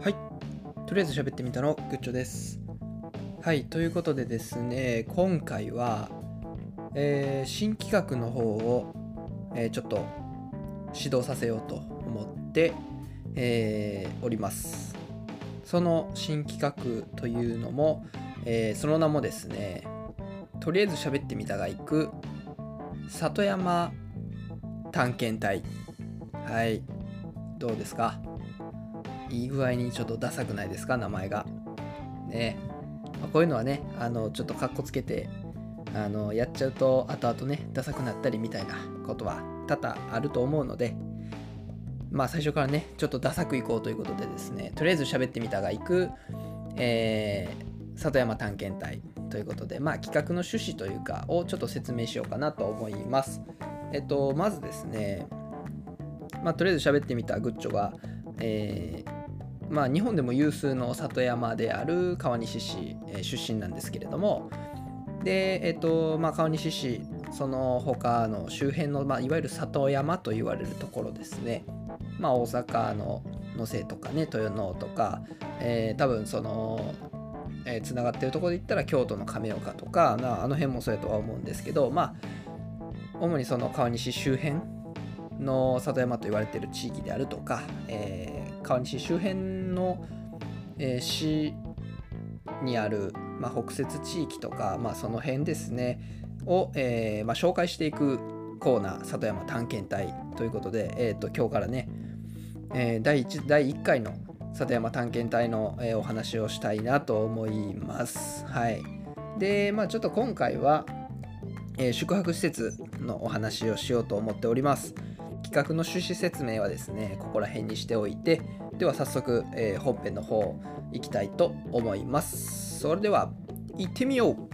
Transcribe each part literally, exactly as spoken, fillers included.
はい、とりあえず喋ってみたのグッチョです。はい、ということでですね、今回は、えー新企画の方を、えーちょっと指導させようと思って、えーおります。その新企画というのも、えーその名もですね、とりあえず喋ってみたが行く里山探検隊。はい、どうですか？いい具合にちょっとダサくないですか、名前が。ね。まあこういうのはね、あの、ちょっとカッコつけて、あの、やっちゃうと、後々ね、ダサくなったりみたいなことは多々あると思うので、まあ最初からね、ちょっとダサくいこうということでですね、とりあえず喋ってみたが行く、えー、里山探検隊ということで、まあ企画の趣旨というか、をちょっと説明しようかなと思います。えっと、まずですね、まあとりあえず喋ってみたグッチョが、えーまあ、日本でも有数の里山である川西市、えー出身なんですけれども、で、えっとまあ、川西市その他の周辺の、まあ、いわゆる里山と言われるところですね、まあ、大阪の能勢とかね、豊能とか、えー多分そのえーつながってるところで言ったら京都の亀岡とか、まあ、あの辺もそうやとは思うんですけど、まあ、主にその川西周辺の里山と言われている地域であるとか、えー川西周辺の、えー市にある、まあ、北摂地域とか、まあ、その辺ですねを、えーまあ、紹介していくコーナー、里山探検隊ということで、えー、と今日からね、えー、だいいち, 第いっかいの里山探検隊の、えーお話をしたいなと思います。はい。で、まあちょっと今回は、えー宿泊施設のお話をしようと思っております。企画の趣旨説明はですね、ここら辺にしておいて、では早速、えー本編の方行きたいと思います。それでは行ってみよう。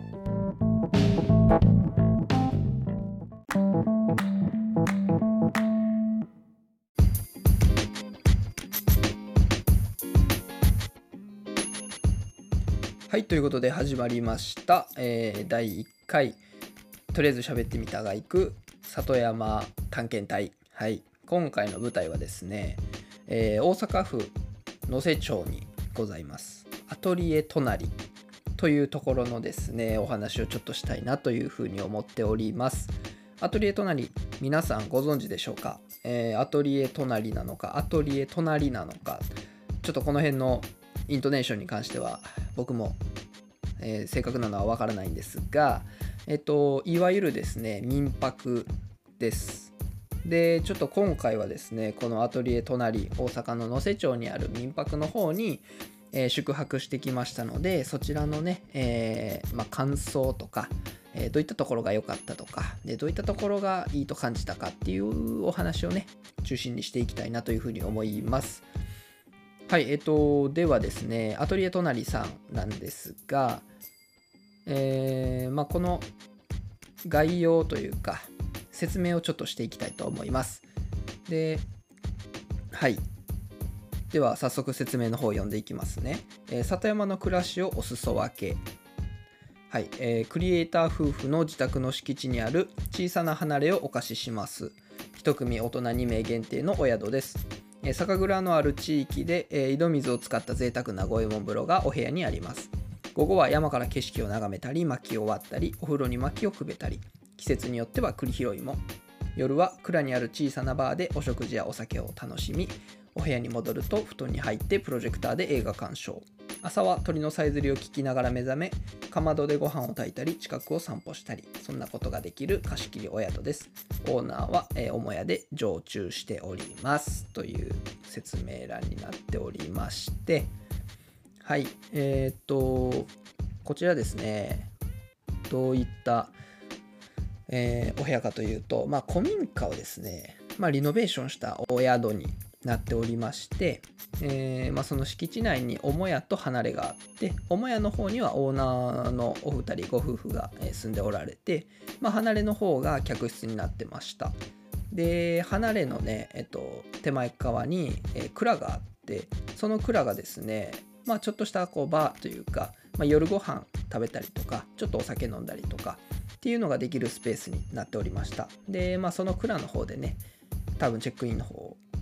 はい、ということで始まりました、えーだいいっかいとりあえず喋ってみたが行く里山探検隊。はい、今回の舞台はですね、えー大阪府能勢町にございますアトリエ隣というところのですね、お話をちょっとしたいなというふうに思っております。アトリエ隣、皆さんご存知でしょうか？えーアトリエ隣なのかアトリエ隣なのか、ちょっとこの辺のイントネーションに関しては僕も、えー正確なのはわからないんですが、えっといわゆるですね、民泊です。で、ちょっと今回はですね、このアトリエ隣、大阪の能勢町にある民泊の方に、えー宿泊してきましたので、そちらのね、えーまあ、感想とか、えーどういったところが良かったとかで、どういったところがいいと感じたかっていうお話をね、中心にしていきたいなというふうに思います。はい、えっと、ではですね、アトリエ隣さんなんですが、えーまあ、この概要というか、説明をちょっとしていきたいと思います。で、はい。では、早速説明の方を読んでいきますね。えー里山の暮らしをお裾分け。はい、えークリエイター夫婦の自宅の敷地にある小さな離れをお貸しします。一組大人にめい限定のお宿です。えー酒蔵のある地域で、えー井戸水を使った贅沢な五右衛門風呂がお部屋にあります。午後は山から景色を眺めたり、薪を割ったり、お風呂に薪をくべたり、季節によっては栗拾いも。夜は蔵にある小さなバーでお食事やお酒を楽しみ、お部屋に戻ると布団に入ってプロジェクターで映画鑑賞。朝は鳥のさえずりを聞きながら目覚め、かまどでご飯を炊いたり、近くを散歩したり、そんなことができる貸し切りお宿です。オーナーは、えー、母屋で常駐しておりますという説明欄になっておりまして、はい、えー、っと、こちらですね、どういった、えーお部屋かというと、まあ、古民家をですね、まあ、リノベーションしたお宿になっておりまして、えーまあ、その敷地内に母屋と離れがあって、母屋の方にはオーナーのお二人ご夫婦がえー住んでおられて、まあ、離れの方が客室になってました。で、離れのね、えっと、手前側に、えー蔵があって、その蔵がですね、まあ、ちょっとしたこうバーというか、まあ、夜ご飯食べたりとか、ちょっとお酒飲んだりとかっていうのができるスペースになっておりました。で、まあ、その蔵の方でね、多分チェックインの方を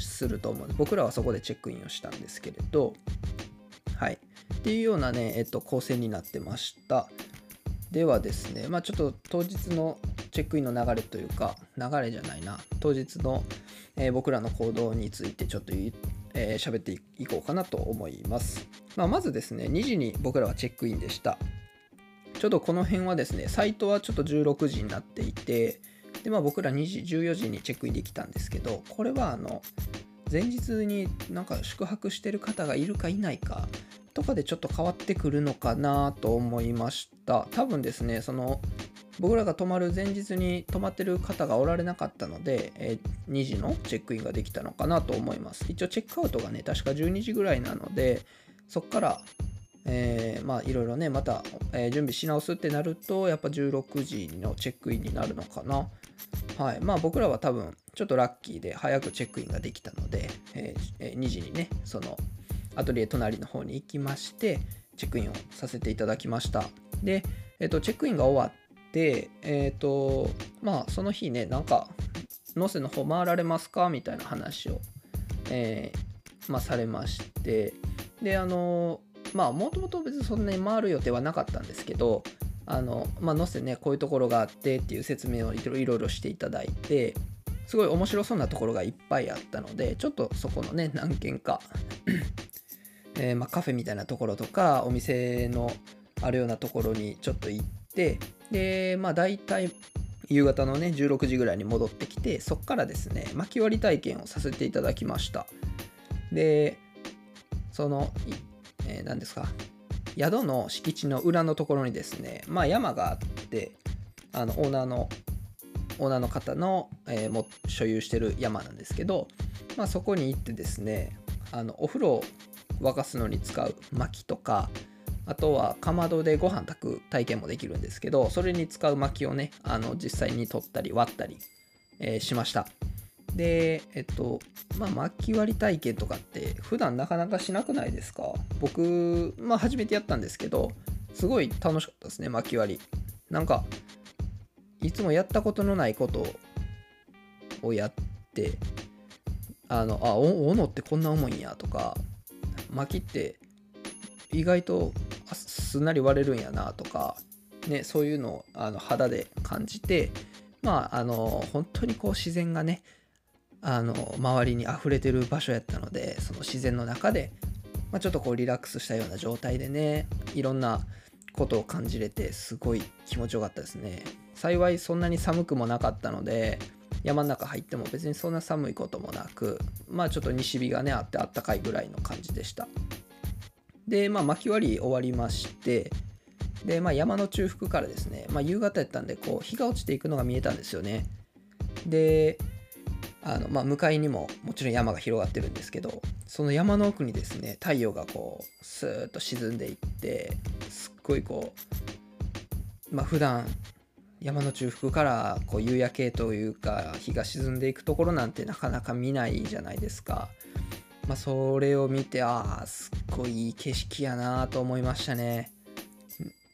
すると思う。僕らはそこでチェックインをしたんですけれど、はい。っていうようなね、えっと、構成になってました。ではですね、まあちょっと当日のチェックインの流れというか、流れじゃないな、当日の、えー僕らの行動についてちょっとい、えー喋っていこうかなと思います。まあ、まずですね、にじに僕らはチェックインでした。ちょっとこの辺はですね、サイトはちょっとじゅうろくじになっていて、で、まあ僕らにじ、じゅうよじにチェックインできたんですけど、これはあの、前日になんか宿泊してる方がいるかいないかとかでちょっと変わってくるのかなと思いました。多分ですね、その、僕らが泊まる前日に泊まってる方がおられなかったので、えーにじのチェックインができたのかなと思います。一応チェックアウトがね、確かじゅうにじぐらいなので、そこからえーまあいろいろね、また、えー準備し直すってなると、やっぱじゅうろくじのチェックインになるのかな。はい。まあ僕らは多分、ちょっとラッキーで早くチェックインができたので、えーえーにじにね、その、アトリエ隣の方に行きまして、チェックインをさせていただきました。で、えっ、と、チェックインが終わって、えっ、と、まあその日ね、なんか、能勢の方回られますかみたいな話を、えーまあされまして、で、あのまあもともと別にそんなに回る予定はなかったんですけど、あのまあ能勢ね、こういうところがあってっていう説明をいろいろしていただいて、すごい面白そうなところがいっぱいあったので、ちょっとそこのね、何軒か、えーまあ、カフェみたいなところとか、お店のあるようなところにちょっと行って、で、まあ大体夕方のね、じゅうろくじぐらいに戻ってきて、そこからですね、薪割り体験をさせていただきました。で、その、いえー何ですか、宿の敷地の裏のところにですね、まあ山があって、あのオーナーのオーナーの方の、えーも所有してる山なんですけど、まあそこに行ってですね、あのお風呂を沸かすのに使う薪とか、あとはかまどでご飯炊く体験もできるんですけど、それに使う薪をね、あの実際に取ったり割ったり、えーしました。で、えっと、まあ、薪割り体験とかって普段なかなかしなくないですか？僕、まあ、初めてやったんですけど、すごい楽しかったですね、薪割り。なんか、いつもやったことのないことをやって、あの、あ、お斧ってこんな重いんやとか、薪って意外とあすんなり割れるんやなとか、ね、そういうのをあの肌で感じて、まあ、あの、本当にこう自然がね、あの周りに溢れてる場所やったので、その自然の中で、まあ、ちょっとこうリラックスしたような状態でね、いろんなことを感じれて、すごい気持ちよかったですね。幸いそんなに寒くもなかったので、山の中入っても別にそんな寒いこともなく、まあちょっと西日がねあってあったかいぐらいの感じでした。で、まあ薪割り終わりまして、で、まあ山の中腹からですね、まあ夕方やったんで、こう日が落ちていくのが見えたんですよね。で、あのまあ、向かいにももちろん山が広がってるんですけど、その山の奥にですね、太陽がこうスーッと沈んでいって、すっごいこう、まあ普段山の中腹からこう夕焼けというか日が沈んでいくところなんてなかなか見ないじゃないですか。まあそれを見て、ああすっごいいい景色やなと思いましたね。うん、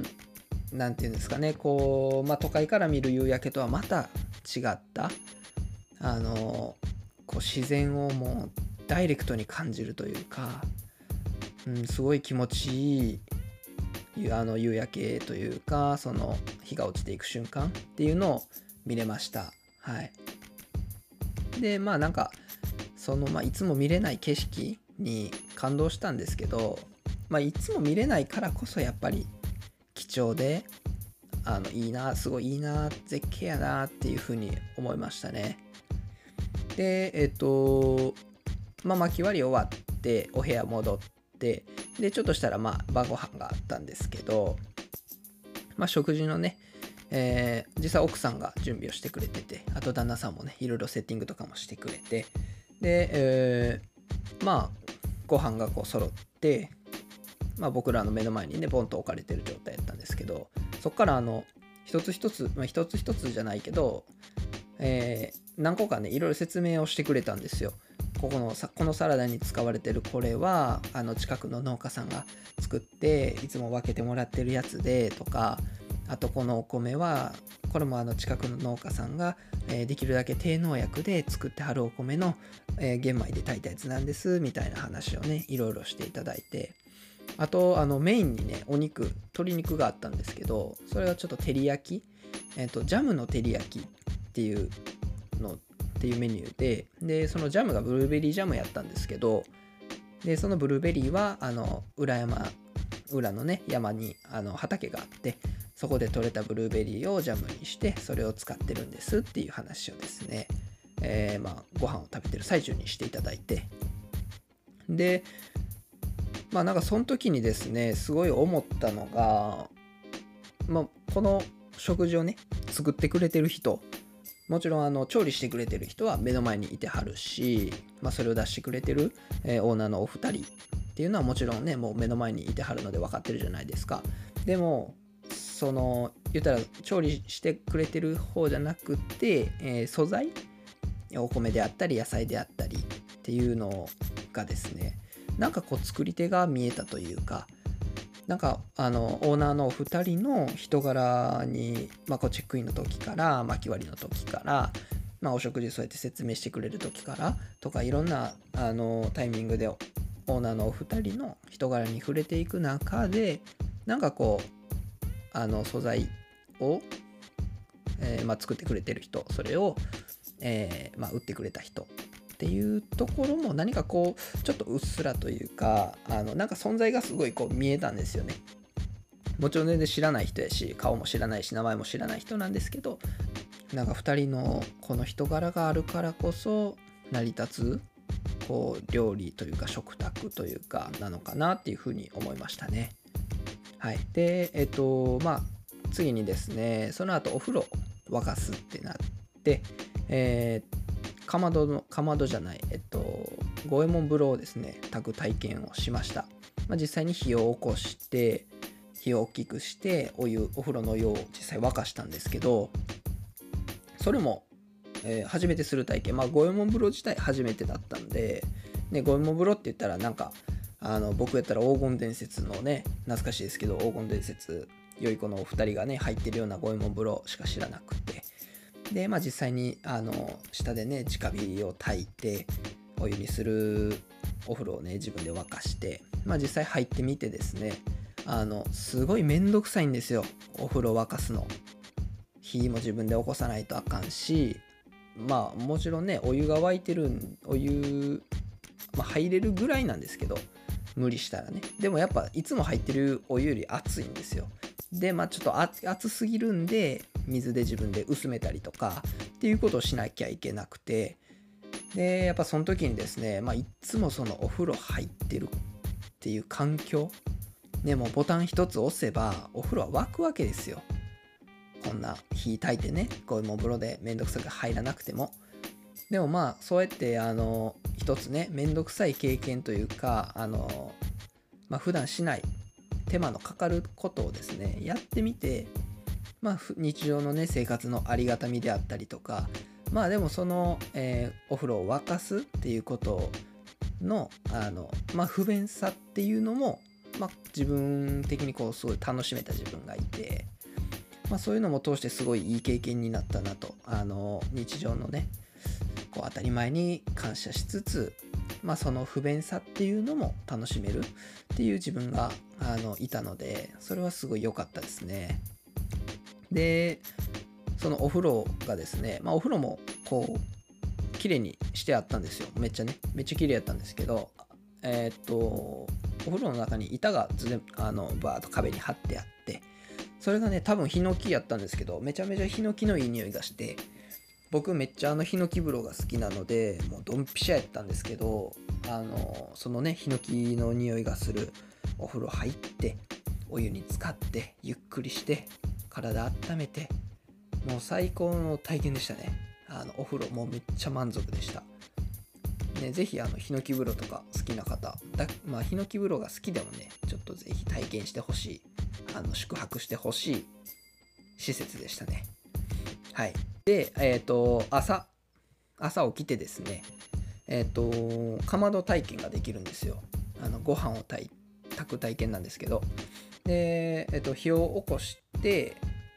なんていうんですかね、こう、まあ都会から見る夕焼けとはまた違ったあのこう自然をもうダイレクトに感じるというか、うん、すごい気持ちいいあの夕焼けというか、その日が落ちていく瞬間っていうのを見れました。はい。で、まあなんかその、まあ、いつも見れない景色に感動したんですけど、まあ、いつも見れないからこそやっぱり貴重で、あのいいな、すごいいいな、絶景やなっていうふうに思いましたね。で、えっと、まあ、巻き割り終わって、お部屋戻って、で、ちょっとしたら、まあ、晩ご飯があったんですけど、まあ、食事のね、えー、実際奥さんが準備をしてくれてて、あと旦那さんもね、いろいろセッティングとかもしてくれて、で、えー、まあ、ご飯がこう揃って、まあ、僕らの目の前にね、ボンと置かれてる状態だったんですけど、そこからあの、一つ一つ、まあ、一つ一つじゃないけど、えー、何個かねいろいろ説明をしてくれたんですよ。ここのさこのサラダに使われてるこれはあの近くの農家さんが作っていつも分けてもらってるやつでとか、 あとこのお米はこれもあの近くの農家さんが、えーできるだけ低農薬で作ってはるお米の、えー玄米で炊いたやつなんですみたいな話をねいろいろしていただいて、あとあのメインにねお肉鶏肉があったんですけど、それがちょっと照り焼き、えっとジャムの照り焼きっていうのっていうメニューで、でそのジャムがブルーベリージャムやったんですけど、でそのブルーベリーはあの裏山裏のね山にあの畑があって、そこで採れたブルーベリーをジャムにしてそれを使ってるんですっていう話をですね、えー、まあご飯を食べてる最中にしていただいて、でまあなんかその時にですねすごい思ったのが、まあ、この食事をね作ってくれてる人、もちろんあの調理してくれてる人は目の前にいてはるし、まあ、それを出してくれてる、えーオーナーのお二人っていうのはもちろんねもう目の前にいてはるので分かってるじゃないですか。でもその言ったら調理してくれてる方じゃなくて、えー素材お米であったり野菜であったりっていうのがですね、なんかこう作り手が見えたというか、なんかあのオーナーのお二人の人柄に、まあ、こうチェックインの時から薪割りの時から、まあ、お食事そうやって説明してくれる時からとか、いろんなあのタイミングでオーナーのお二人の人柄に触れていく中で、なんかこうあの素材を、えーまあ、作ってくれてる人、それを、えーまあ、売ってくれた人っていうところも何かこうちょっとうっすらというか、あのなんか存在がすごいこう見えたんですよね。もちろん全然知らない人やし、顔も知らないし名前も知らない人なんですけど、なんかふたりのこの人柄があるからこそ成り立つこう料理というか食卓というかなのかなっていうふうに思いましたね。はい。でえっとまあ次にですね、その後お風呂沸かすってなって、えーかまどのかまどじゃないえっと五右衛門風呂をですね炊く体験をしました。まあ、実際に火を起こして火を大きくしてお湯お風呂のお湯を実際沸かしたんですけど、それも、えー初めてする体験、まあ五右衛門風呂自体初めてだったんで、ね、五右衛門風呂って言ったらなんかあの僕やったら黄金伝説のね、懐かしいですけど黄金伝説良い子のお二人がね入ってるような五右衛門風呂しか知らなくて、でまあ実際にあの下でね直火を焚いてお湯にするお風呂をね自分で沸かして、まあ実際入ってみてですね、あのすごいめんどくさいんですよ、お風呂沸かすの。火も自分で起こさないとあかんし、まあもちろんねお湯が沸いてるんお湯、まあ、入れるぐらいなんですけど、無理したらね、でもやっぱいつも入ってるお湯より熱いんですよ。でまあちょっとあ熱すぎるんで水で自分で薄めたりとかっていうことをしなきゃいけなくて、でやっぱその時にですね、まあいつもそのお風呂入ってるっていう環境ね、もうボタン一つ押せばお風呂は沸くわけですよ。こんな火焚いてねこういうも風呂でめんどくさく入らなくても。でもまあそうやってあの一つねめんどくさい経験というか、あのまあ普段しない手間のかかることをですねやってみて、まあ日常のね生活のありがたみであったりとか、まあでもその、えーお風呂を沸かすっていうことのあのまあ不便さっていうのも、まあ自分的にこうすごい楽しめた自分がいて、まあそういうのも通してすごいいい経験になったなと、あの日常のねこう当たり前に感謝しつつ、まあその不便さっていうのも楽しめるっていう自分があのいたので、それはすごい良かったですね。でそのお風呂がですね、まあお風呂もこう綺麗にしてあったんですよ。めっちゃねめっちゃ綺麗やったんですけど、えーっとお風呂の中に板がずれあのバーッと壁に貼ってあって、それがね多分ヒノキやったんですけど、めちゃめちゃヒノキのいい匂いがして、僕めっちゃあのヒノキ風呂が好きなのでもうドンピシャやったんですけど、あのそのねヒノキの匂いがするお風呂入ってお湯に浸かってゆっくりして体温めて、もう最高の体験でしたね。あのお風呂もうめっちゃ満足でした。ね、ぜひあのヒノキ風呂とか好きな方だ、まあヒノキ風呂が好きでもねちょっとぜひ体験してほしい、あの宿泊してほしい施設でしたね。はい。でえっ、と朝朝起きてですね、えっ、とかまど体験ができるんですよ。あのご飯を炊い炊く体験なんですけど、でえっ、と火を起こして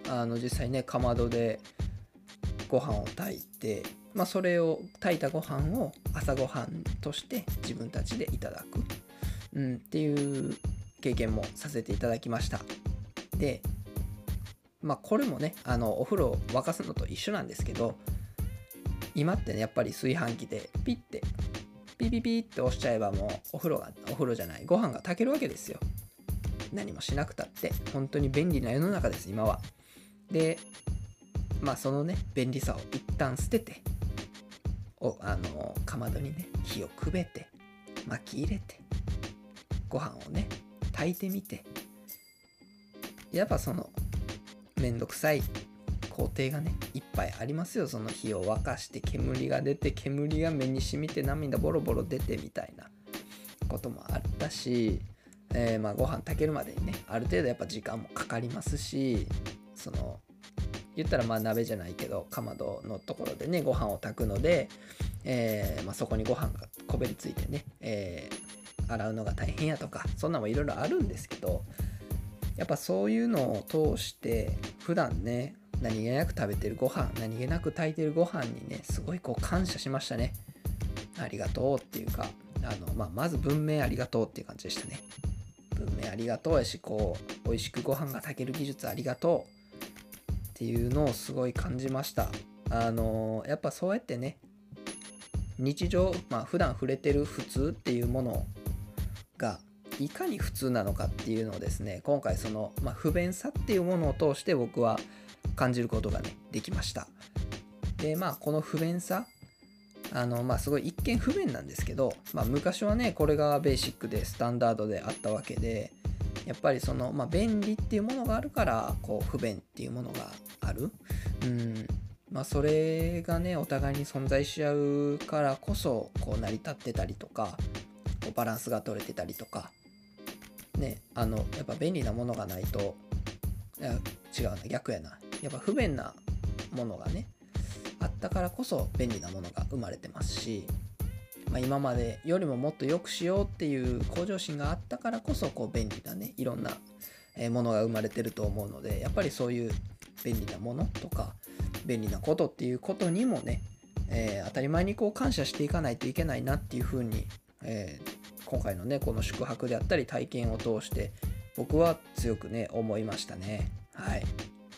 あの実際ねかまどでご飯を炊いて、まあ、それを炊いたご飯を朝ごはんとして自分たちでいただく、うん、っていう経験もさせていただきました。でまあこれもねあのお風呂を沸かすのと一緒なんですけど、今ってねやっぱり炊飯器でピッてピピピって押しちゃえばもうお風呂がお風呂じゃないご飯が炊けるわけですよ。何もしなくたって本当に便利な世の中です今は。でまあそのね便利さを一旦捨てておあのかまどにね火をくべて巻き入れてご飯をね炊いてみて、やっぱそのめんどくさい工程がねいっぱいありますよ。その火を沸かして煙が出て煙が目に染みて涙ボロボロ出てみたいなこともあったし、えー、まあご飯炊けるまでにねある程度やっぱ時間もかかりますし、その言ったらまあ鍋じゃないけどかまどのところでねご飯を炊くので、えーまあ、そこにご飯がこべりついてね、えー、洗うのが大変やとかそんなもいろいろあるんですけど、やっぱそういうのを通して普段ね何気なく食べてるご飯何気なく炊いてるご飯にねすごいこう感謝しましたね。ありがとうっていうかあの、まあ、まず文明ありがとうっていう感じでしたね。文明ありがとうやし、こう美味しくご飯が炊ける技術ありがとうっていうのをすごい感じました。あのやっぱそうやってね日常、まあ普段触れてる普通っていうものがいかに普通なのかっていうのをですね、今回その、まあ、不便さっていうものを通して僕は感じることがねできました。でまあこの不便さあのまあすごい一見不便なんですけど、まあ、昔はねこれがベーシックでスタンダードであったわけで、やっぱりその、まあ、便利っていうものがあるからこう不便っていうものがある、うんまあ、それがねお互いに存在し合うからこそこう成り立ってたりとかこうバランスが取れてたりとかね、あのやっぱ便利なものがないといや違うな逆やなやっぱ不便なものがねあったからこそ便利なものが生まれてますし、まあ、今までよりももっと良くしようっていう向上心があったからこそこう便利なねいろんなものが生まれてると思うので、やっぱりそういう便利なものとか便利なことっていうことにもね、えー、当たり前にこう感謝していかないといけないなっていうふうに、えー、今回のねこの宿泊であったり体験を通して僕は強くね思いましたね。はい。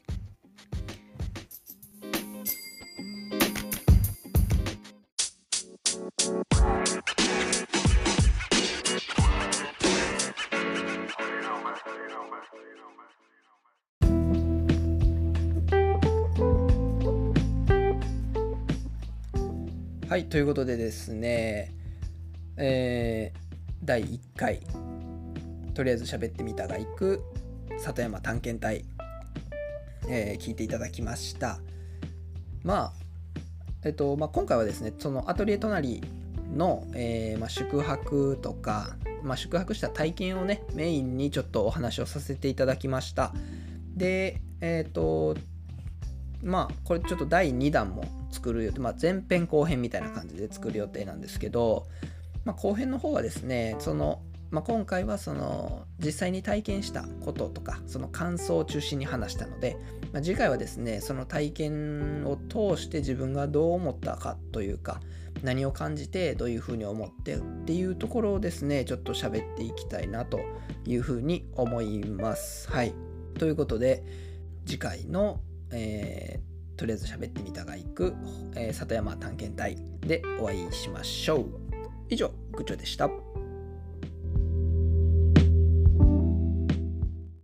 はい、ということでですね、えー、だいいっかいとりあえず喋ってみたが行く里山探検隊、えー、聞いていただきました。まあえっとまあ、今回はですねそのアトリエ隣の、えーまあ、宿泊とか、まあ、宿泊した体験をねメインにちょっとお話をさせていただきました。でえっとまあこれちょっとだいにだんも作る予定、まあ、前編後編みたいな感じで作る予定なんですけど、まあ、後編の方はですねその、まあ、今回はその実際に体験したこととかその感想を中心に話したので、まあ、次回はですねその体験を通して自分がどう思ったかというか何を感じてどういうふうに思ってっていうところをですねちょっと喋っていきたいなというふうに思います。はい、ということで次回の、えーとりあえず喋ってみたが行く、えー、里山探検隊でお会いしましょう。以上、グッチョでした。